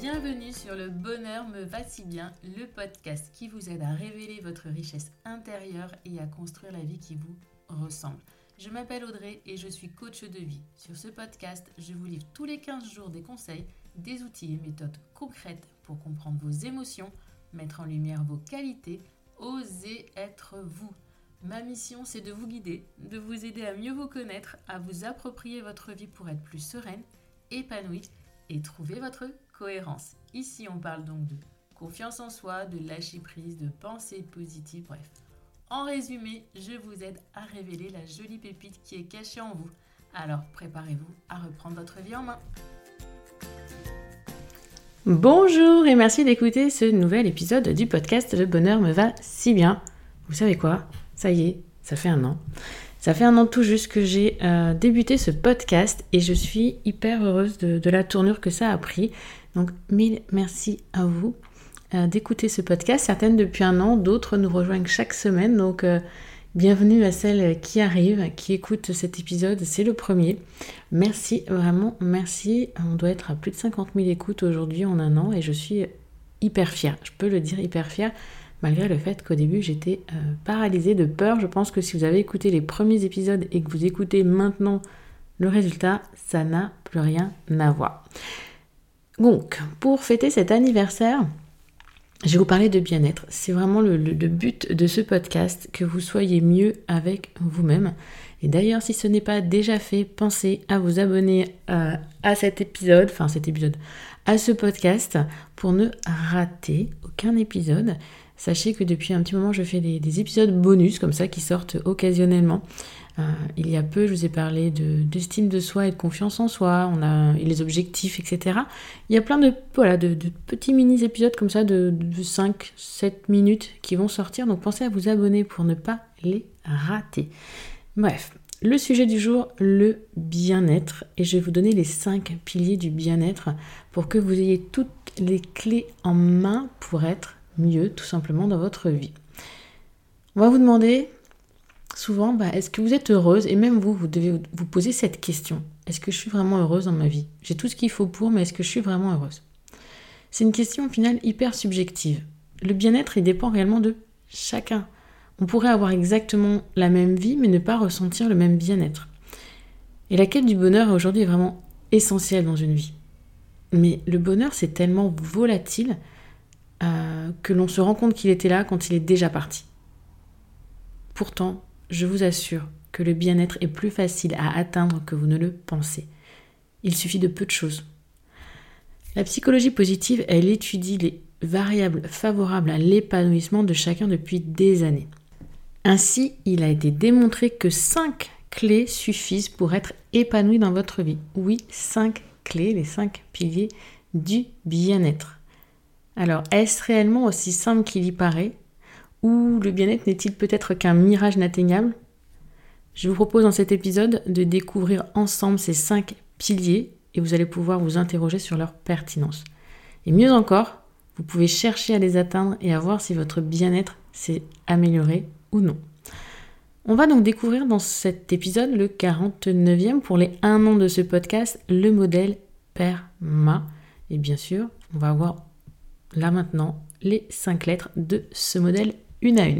Bienvenue sur Le Bonheur me va si bien, le podcast qui vous aide à révéler votre richesse intérieure et à construire la vie qui vous ressemble. Je m'appelle Audrey et je suis coach de vie. Sur ce podcast, je vous livre tous les 15 jours des conseils, des outils et méthodes concrètes pour comprendre vos émotions, mettre en lumière vos qualités, oser être vous. Ma mission, c'est de vous guider, de vous aider à mieux vous connaître, à vous approprier votre vie pour être plus sereine, épanouie et trouver votre cohérence. Ici, on parle donc de confiance en soi, de lâcher prise, de pensée positive, bref. En résumé, je vous aide à révéler la jolie pépite qui est cachée en vous. Alors, préparez-vous à reprendre votre vie en main. Bonjour et merci d'écouter ce nouvel épisode du podcast Le Bonheur me va si bien. Vous savez quoi ? Ça y est, ça fait un an. Ça fait un an tout juste que j'ai débuté ce podcast et je suis hyper heureuse de la tournure que ça a pris. Donc, mille merci à vous d'écouter ce podcast. Certaines depuis un an, d'autres nous rejoignent chaque semaine. Donc, bienvenue à celles qui arrivent, qui écoutent cet épisode. C'est le premier. Merci, vraiment merci. On doit être à plus de 50 000 écoutes aujourd'hui en un an et je suis hyper fière. Je peux le dire, hyper fière. Malgré le fait qu'au début, j'étais paralysée de peur. Je pense que si vous avez écouté les premiers épisodes et que vous écoutez maintenant le résultat, ça n'a plus rien à voir. Donc, pour fêter cet anniversaire, je vais vous parler de bien-être. C'est vraiment le but de ce podcast, que vous soyez mieux avec vous-même. Et d'ailleurs, si ce n'est pas déjà fait, pensez à vous abonner à ce podcast pour ne rater aucun épisode. Sachez que depuis un petit moment, je fais des épisodes bonus comme ça qui sortent occasionnellement. Il y a peu, je vous ai parlé d'estime de soi et de confiance en soi, on a les objectifs, etc. Il y a plein de petits mini-épisodes comme ça de 5-7 minutes qui vont sortir. Donc pensez à vous abonner pour ne pas les rater. Bref, le sujet du jour, le bien-être. Et je vais vous donner les 5 piliers du bien-être pour que vous ayez toutes les clés en main pour être mieux, tout simplement, dans votre vie. On va vous demander souvent, est-ce que vous êtes heureuse ? Et même vous devez vous poser cette question. Est-ce que je suis vraiment heureuse dans ma vie ? J'ai tout ce qu'il faut pour, mais est-ce que je suis vraiment heureuse ? C'est une question, au final, hyper subjective. Le bien-être, il dépend réellement de chacun. On pourrait avoir exactement la même vie, mais ne pas ressentir le même bien-être. Et la quête du bonheur, aujourd'hui, est vraiment essentielle dans une vie. Mais le bonheur, c'est tellement volatile que l'on se rend compte qu'il était là quand il est déjà parti. Pourtant, je vous assure que le bien-être est plus facile à atteindre que vous ne le pensez. Il suffit de peu de choses. La psychologie positive, elle étudie les variables favorables à l'épanouissement de chacun depuis des années. Ainsi, il a été démontré que 5 clés suffisent pour être épanoui dans votre vie. Oui, 5 clés, les 5 piliers du bien-être. Alors, est-ce réellement aussi simple qu'il y paraît ? Ou le bien-être n'est-il peut-être qu'un mirage inatteignable ? Je vous propose dans cet épisode de découvrir ensemble ces 5 piliers et vous allez pouvoir vous interroger sur leur pertinence. Et mieux encore, vous pouvez chercher à les atteindre et à voir si votre bien-être s'est amélioré ou non. On va donc découvrir dans cet épisode, le 49e, pour les 1 an de ce podcast, le modèle PERMA. Et bien sûr, on va voir là maintenant les 5 lettres de ce modèle une à une.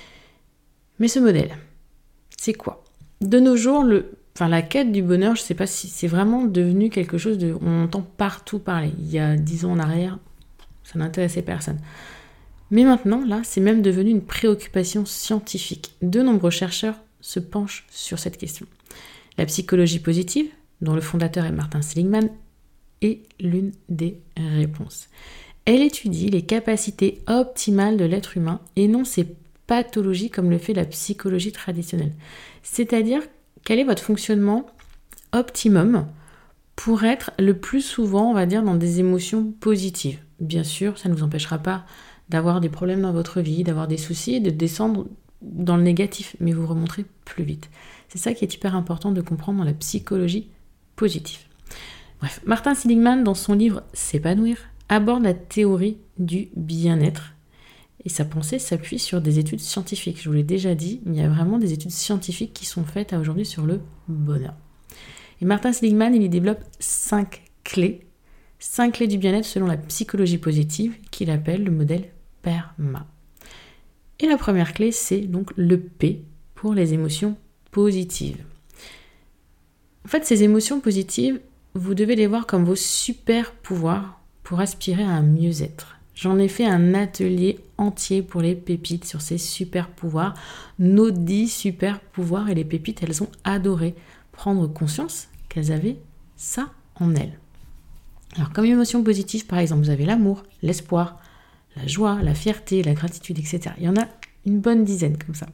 Mais ce modèle, c'est quoi ? De nos jours, la quête du bonheur, je ne sais pas si c'est vraiment devenu quelque chose on entend partout parler. Il y a 10 ans en arrière, ça n'intéressait personne. Mais maintenant, là, c'est même devenu une préoccupation scientifique. De nombreux chercheurs se penchent sur cette question. La psychologie positive, dont le fondateur est Martin Seligman, est l'une des réponses. Elle étudie les capacités optimales de l'être humain et non ses pathologies comme le fait la psychologie traditionnelle. C'est-à-dire, quel est votre fonctionnement optimum pour être le plus souvent, on va dire, dans des émotions positives. Bien sûr, ça ne vous empêchera pas d'avoir des problèmes dans votre vie, d'avoir des soucis et de descendre dans le négatif, mais vous remonterez plus vite. C'est ça qui est hyper important de comprendre dans la psychologie positive. Bref, Martin Seligman, dans son livre « S'épanouir », aborde la théorie du bien-être et sa pensée s'appuie sur des études scientifiques. Je vous l'ai déjà dit, il y a vraiment des études scientifiques qui sont faites aujourd'hui sur le bonheur. Et Martin Seligman, il y développe 5 clés 5 clés du bien-être selon la psychologie positive, qu'il appelle le modèle PERMA. Et la première clé, c'est donc le P pour les émotions positives. En fait, ces émotions positives, vous devez les voir comme vos super pouvoirs pour aspirer à un mieux-être. J'en ai fait un atelier entier pour les pépites sur ces super pouvoirs, nos 10 super pouvoirs, et les pépites, elles ont adoré prendre conscience qu'elles avaient ça en elles. Alors, comme émotion positive, par exemple, vous avez l'amour, l'espoir, la joie, la fierté, la gratitude, etc. Il y en a une bonne dizaine comme ça.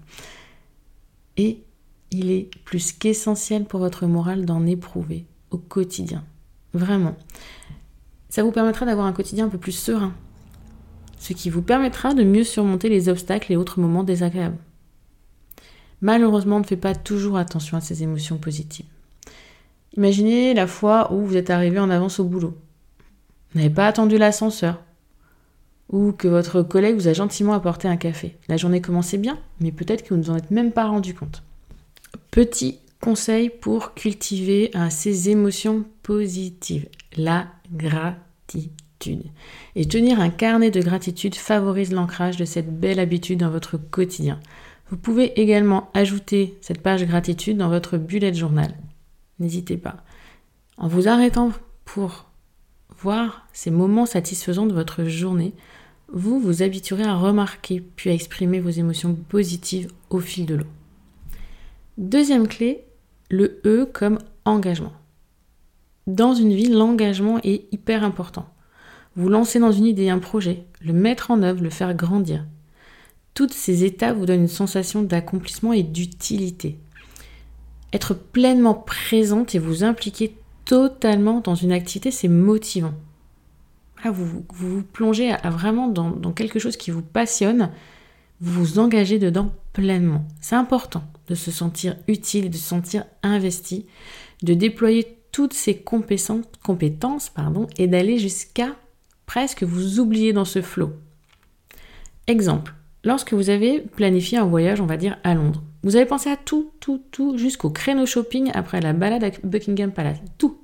Et il est plus qu'essentiel pour votre morale d'en éprouver au quotidien. Vraiment. Ça vous permettra d'avoir un quotidien un peu plus serein, ce qui vous permettra de mieux surmonter les obstacles et autres moments désagréables. Malheureusement, on ne fait pas toujours attention à ces émotions positives. Imaginez la fois où vous êtes arrivé en avance au boulot. Vous n'avez pas attendu l'ascenseur, ou que votre collègue vous a gentiment apporté un café. La journée commençait bien, mais peut-être que vous ne vous en êtes même pas rendu compte. Petit conseil pour cultiver ces émotions positives, la gratitude. Et tenir un carnet de gratitude favorise l'ancrage de cette belle habitude dans votre quotidien. Vous pouvez également ajouter cette page gratitude dans votre bullet journal. N'hésitez pas. En vous arrêtant pour voir ces moments satisfaisants de votre journée, vous vous habituerez à remarquer puis à exprimer vos émotions positives au fil de l'eau. Deuxième clé, le E comme engagement. Dans une vie, l'engagement est hyper important. Vous lancer dans une idée, un projet, le mettre en œuvre, le faire grandir. Toutes ces étapes vous donnent une sensation d'accomplissement et d'utilité. Être pleinement présente et vous impliquer totalement dans une activité, c'est motivant. Là, vous plongez vraiment dans quelque chose qui vous passionne, vous vous engagez dedans pleinement. C'est important de se sentir utile, de se sentir investi, de déployer toutes ces compétences et d'aller jusqu'à presque vous oublier dans ce flow. Exemple, lorsque vous avez planifié un voyage, on va dire à Londres, vous avez pensé à tout, jusqu'au créneau shopping après la balade à Buckingham Palace, tout.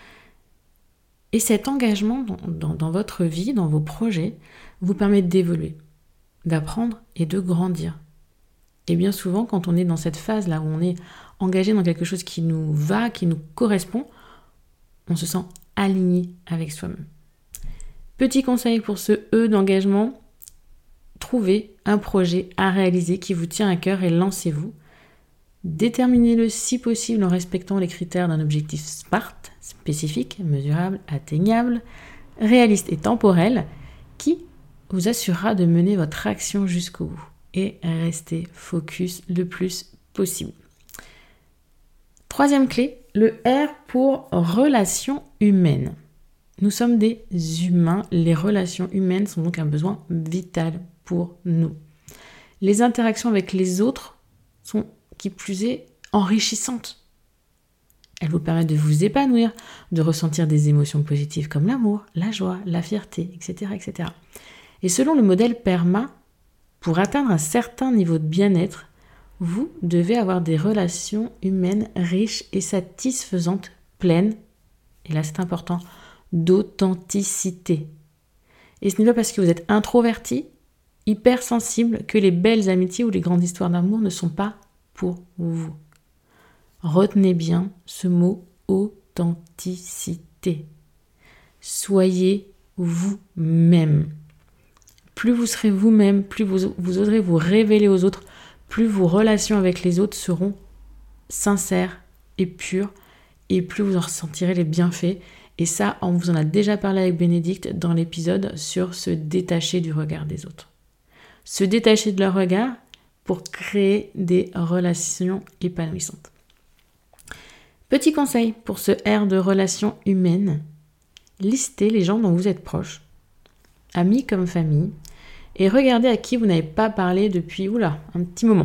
Et cet engagement dans votre vie, dans vos projets, vous permet d'évoluer, d'apprendre et de grandir. Et bien souvent, quand on est dans cette phase-là où on est engagé dans quelque chose qui nous va, qui nous correspond, on se sent aligné avec soi-même. Petit conseil pour ce E d'engagement, trouvez un projet à réaliser qui vous tient à cœur et lancez-vous. Déterminez-le si possible en respectant les critères d'un objectif SMART, spécifique, mesurable, atteignable, réaliste et temporel, qui vous assurera de mener votre action jusqu'au bout et rester focus le plus possible. Troisième clé, le R pour relations humaines. Nous sommes des humains, les relations humaines sont donc un besoin vital pour nous. Les interactions avec les autres sont, qui plus est, enrichissantes. Elles vous permettent de vous épanouir, de ressentir des émotions positives comme l'amour, la joie, la fierté, etc., etc. Et selon le modèle PERMA, pour atteindre un certain niveau de bien-être, vous devez avoir des relations humaines riches et satisfaisantes, pleines, et là c'est important, d'authenticité. Et ce n'est pas parce que vous êtes introverti, hypersensible, que les belles amitiés ou les grandes histoires d'amour ne sont pas pour vous. Retenez bien ce mot authenticité. Soyez vous-même. Plus vous serez vous-même, plus vous oserez vous révéler aux autres, plus vos relations avec les autres seront sincères et pures, et plus vous en ressentirez les bienfaits. Et ça, on vous en a déjà parlé avec Bénédicte dans l'épisode sur se détacher du regard des autres. Se détacher de leur regard pour créer des relations épanouissantes. Petit conseil pour ce R de relations humaines, listez les gens dont vous êtes proches, amis comme famille, et regardez à qui vous n'avez pas parlé depuis un petit moment.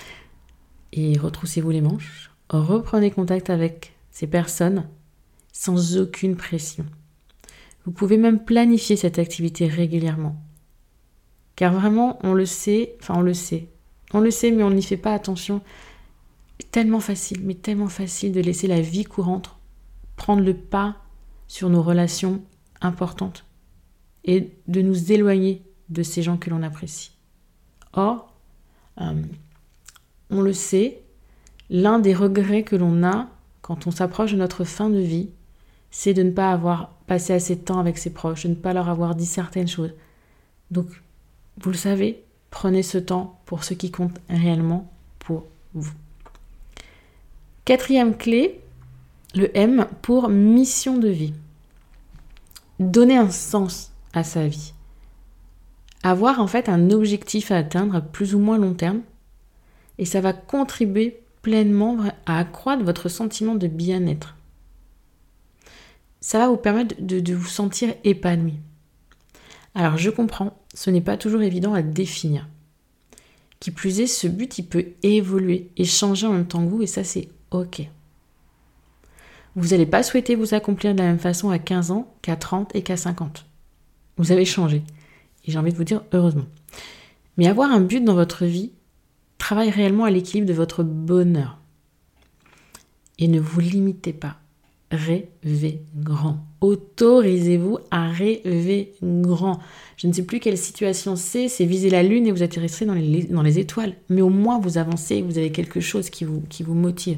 Et retroussez-vous les manches, reprenez contact avec ces personnes sans aucune pression. Vous pouvez même planifier cette activité régulièrement. Car vraiment, on le sait, mais on n'y fait pas attention. Tellement facile de laisser la vie courante prendre le pas sur nos relations importantes et de nous éloigner de ces gens que l'on apprécie. Or, on le sait, l'un des regrets que l'on a quand on s'approche de notre fin de vie, c'est de ne pas avoir passé assez de temps avec ses proches, de ne pas leur avoir dit certaines choses. Donc, vous le savez, prenez ce temps pour ce qui compte réellement pour vous. 4e clé, le M pour mission de vie. Donner un sens à sa vie. Avoir en fait un objectif à atteindre à plus ou moins long terme, et ça va contribuer pleinement à accroître votre sentiment de bien-être. Ça va vous permettre de vous sentir épanoui. Alors je comprends, ce n'est pas toujours évident à définir. Qui plus est, ce but, il peut évoluer et changer en même temps que vous, et ça c'est ok. Vous n'allez pas souhaiter vous accomplir de la même façon à 15 ans qu'à 30 et qu'à 50. Vous avez changé. Et j'ai envie de vous dire heureusement. Mais avoir un but dans votre vie travaille réellement à l'équilibre de votre bonheur. Et ne vous limitez pas. Rêvez grand. Autorisez-vous à rêver grand. Je ne sais plus quelle situation c'est viser la lune et vous atterrissez dans les étoiles. Mais au moins vous avancez, vous avez quelque chose qui vous motive.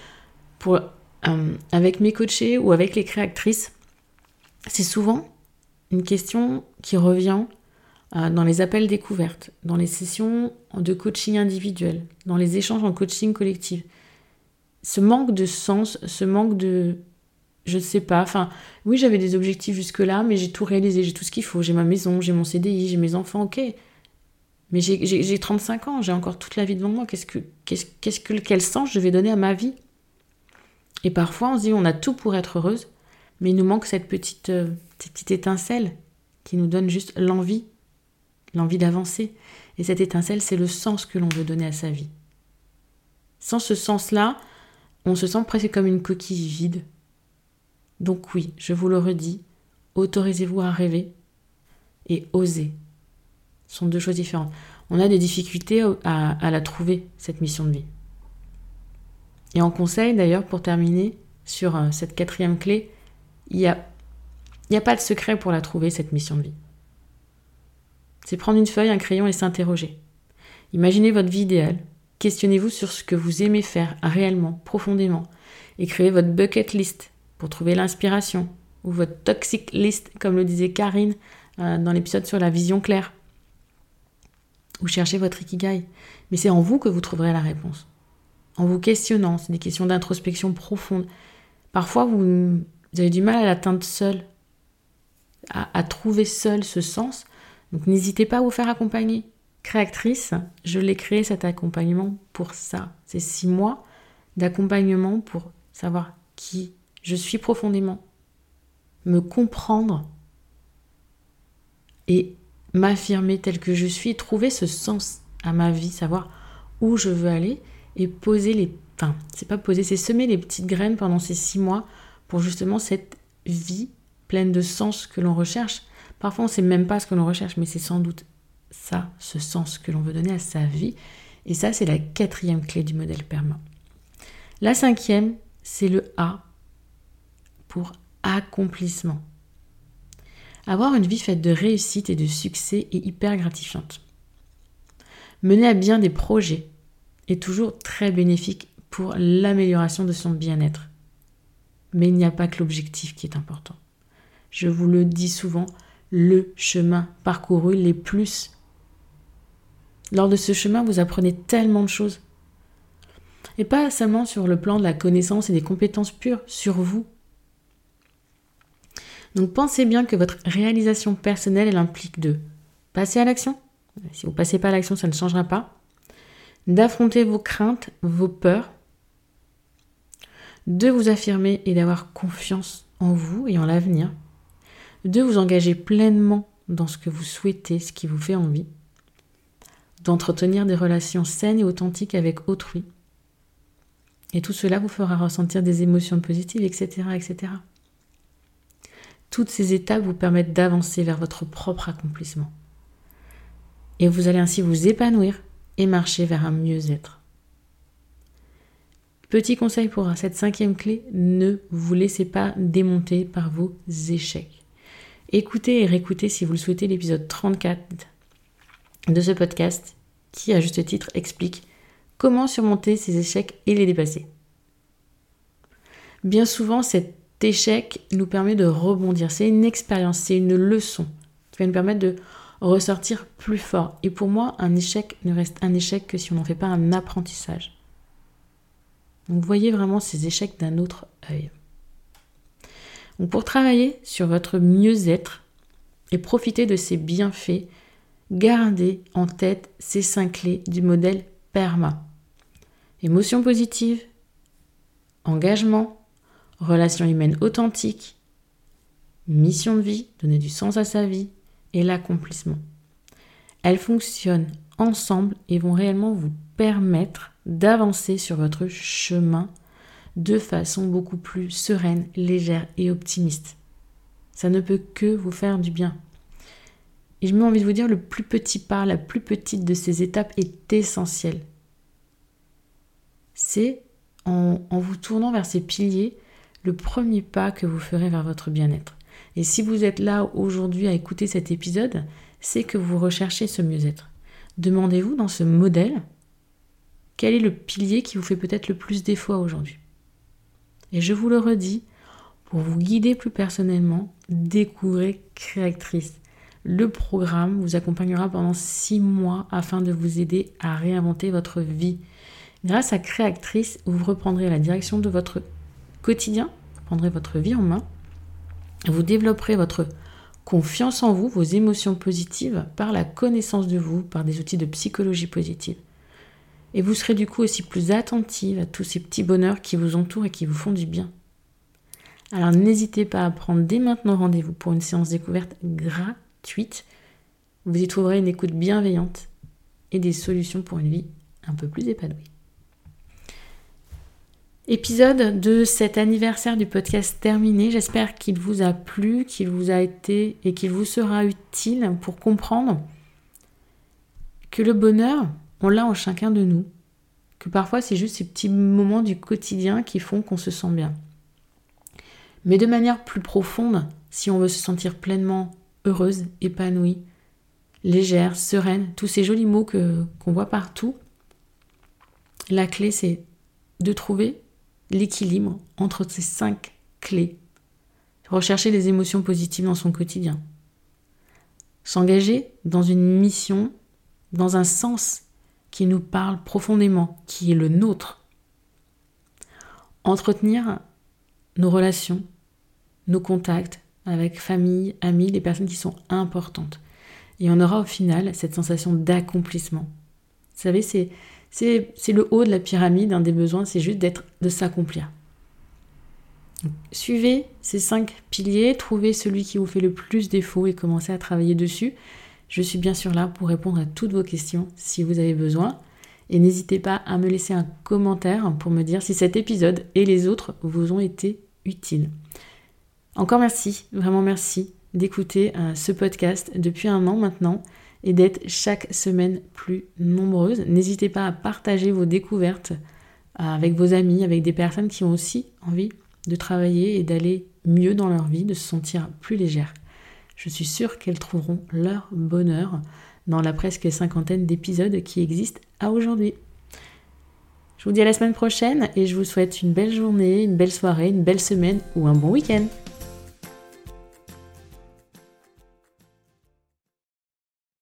Avec mes coachés ou avec les créatrices, c'est souvent une question qui revient dans les appels découvertes, dans les sessions de coaching individuel, dans les échanges en coaching collectif. Ce manque de sens, ce manque de... Je ne sais pas, oui j'avais des objectifs jusque-là, mais j'ai tout réalisé, j'ai tout ce qu'il faut, j'ai ma maison, j'ai mon CDI, j'ai mes enfants, ok. Mais j'ai 35 ans, j'ai encore toute la vie devant moi, quel sens je vais donner à ma vie ? Et parfois on se dit on a tout pour être heureuse, mais il nous manque cette petite étincelle qui nous donne juste l'envie d'avancer. Et cette étincelle, c'est le sens que l'on veut donner à sa vie. Sans ce sens-là, on se sent presque comme une coquille vide. Donc oui, je vous le redis, autorisez-vous à rêver et oser. Ce sont deux choses différentes. On a des difficultés à la trouver, cette mission de vie. Et en conseil, d'ailleurs, pour terminer sur cette 4e clé, il n'y a pas de secret pour la trouver, cette mission de vie. C'est prendre une feuille, un crayon et s'interroger. Imaginez votre vie idéale. Questionnez-vous sur ce que vous aimez faire réellement, profondément. Et créez votre bucket list pour trouver l'inspiration. Ou votre toxic list, comme le disait Karine dans l'épisode sur la vision claire. Ou cherchez votre ikigai. Mais c'est en vous que vous trouverez la réponse. En vous questionnant, c'est des questions d'introspection profonde. Parfois, vous avez du mal à l'atteindre seul, à trouver seul ce sens. Donc n'hésitez pas à vous faire accompagner. Créatrice, je l'ai créé cet accompagnement pour ça. C'est 6 mois d'accompagnement pour savoir qui je suis profondément, me comprendre et m'affirmer tel que je suis, trouver ce sens à ma vie, savoir où je veux aller et c'est semer les petites graines pendant ces 6 mois pour justement cette vie pleine de sens que l'on recherche. Parfois, on ne sait même pas ce que l'on recherche, mais c'est sans doute ça, ce sens que l'on veut donner à sa vie. Et ça, c'est la 4e clé du modèle PERMA. La 5e, c'est le A pour accomplissement. Avoir une vie faite de réussite et de succès est hyper gratifiante. Mener à bien des projets est toujours très bénéfique pour l'amélioration de son bien-être. Mais il n'y a pas que l'objectif qui est important. Je vous le dis souvent, le chemin parcouru, les plus. Lors de ce chemin, vous apprenez tellement de choses. Et pas seulement sur le plan de la connaissance et des compétences pures, sur vous. Donc pensez bien que votre réalisation personnelle, elle implique de passer à l'action. Si vous ne passez pas à l'action, ça ne changera pas. D'affronter vos craintes, vos peurs. De vous affirmer et d'avoir confiance en vous et en l'avenir. De vous engager pleinement dans ce que vous souhaitez, ce qui vous fait envie. D'entretenir des relations saines et authentiques avec autrui. Et tout cela vous fera ressentir des émotions positives, etc., etc. Toutes ces étapes vous permettent d'avancer vers votre propre accomplissement. Et vous allez ainsi vous épanouir et marcher vers un mieux-être. Petit conseil pour cette 5e clé, ne vous laissez pas démonter par vos échecs. Écoutez et réécoutez si vous le souhaitez l'épisode 34 de ce podcast qui, à juste titre, explique comment surmonter ces échecs et les dépasser. Bien souvent, cet échec nous permet de rebondir. C'est une expérience, c'est une leçon qui va nous permettre de ressortir plus fort. Et pour moi, un échec ne reste un échec que si on n'en fait pas un apprentissage. Donc voyez vraiment ces échecs d'un autre œil. Donc pour travailler sur votre mieux-être et profiter de ces bienfaits, gardez en tête ces 5 clés du modèle PERMA. Émotion positive, engagement, relations humaines authentiques, mission de vie, donner du sens à sa vie et l'accomplissement. Elles fonctionnent ensemble et vont réellement vous permettre d'avancer sur votre chemin de façon beaucoup plus sereine, légère et optimiste. Ça ne peut que vous faire du bien. Et je mets envie de vous dire, le plus petit pas, la plus petite de ces étapes est essentielle. C'est en vous tournant vers ces piliers, le premier pas que vous ferez vers votre bien-être. Et si vous êtes là aujourd'hui à écouter cet épisode, c'est que vous recherchez ce mieux-être. Demandez-vous dans ce modèle, quel est le pilier qui vous fait peut-être le plus défaut aujourd'hui. Et je vous le redis, pour vous guider plus personnellement, découvrez Créatrice. Le programme vous accompagnera pendant 6 mois afin de vous aider à réinventer votre vie. Grâce à Créatrice, vous reprendrez la direction de votre quotidien, vous prendrez votre vie en main, vous développerez votre confiance en vous, vos émotions positives, par la connaissance de vous, par des outils de psychologie positive. Et vous serez du coup aussi plus attentive à tous ces petits bonheurs qui vous entourent et qui vous font du bien. Alors n'hésitez pas à prendre dès maintenant rendez-vous pour une séance découverte gratuite. Vous y trouverez une écoute bienveillante et des solutions pour une vie un peu plus épanouie. Épisode de cet anniversaire du podcast terminé. J'espère qu'il vous a plu, qu'il vous a été et qu'il vous sera utile pour comprendre que le bonheur, on l'a en chacun de nous. Que parfois, c'est juste ces petits moments du quotidien qui font qu'on se sent bien. Mais de manière plus profonde, si on veut se sentir pleinement heureuse, épanouie, légère, sereine, tous ces jolis mots qu'on voit partout, la clé, c'est de trouver l'équilibre entre ces 5 clés. Rechercher les émotions positives dans son quotidien. S'engager dans une mission, dans un sens qui nous parle profondément, qui est le nôtre. Entretenir nos relations, nos contacts avec famille, amis, les personnes qui sont importantes. Et on aura au final cette sensation d'accomplissement. Vous savez, c'est le haut de la pyramide, des besoins, c'est juste de s'accomplir. Donc, suivez ces 5 piliers, trouvez celui qui vous fait le plus défaut et commencez à travailler dessus. Je suis bien sûr là pour répondre à toutes vos questions si vous avez besoin. Et n'hésitez pas à me laisser un commentaire pour me dire si cet épisode et les autres vous ont été utiles. Encore merci, vraiment merci d'écouter ce podcast depuis 1 an maintenant et d'être chaque semaine plus nombreuses. N'hésitez pas à partager vos découvertes avec vos amis, avec des personnes qui ont aussi envie de travailler et d'aller mieux dans leur vie, de se sentir plus légères. Je suis sûre qu'elles trouveront leur bonheur dans la presque 50aine d'épisodes qui existent à aujourd'hui. Je vous dis à la semaine prochaine et je vous souhaite une belle journée, une belle soirée, une belle semaine ou un bon week-end.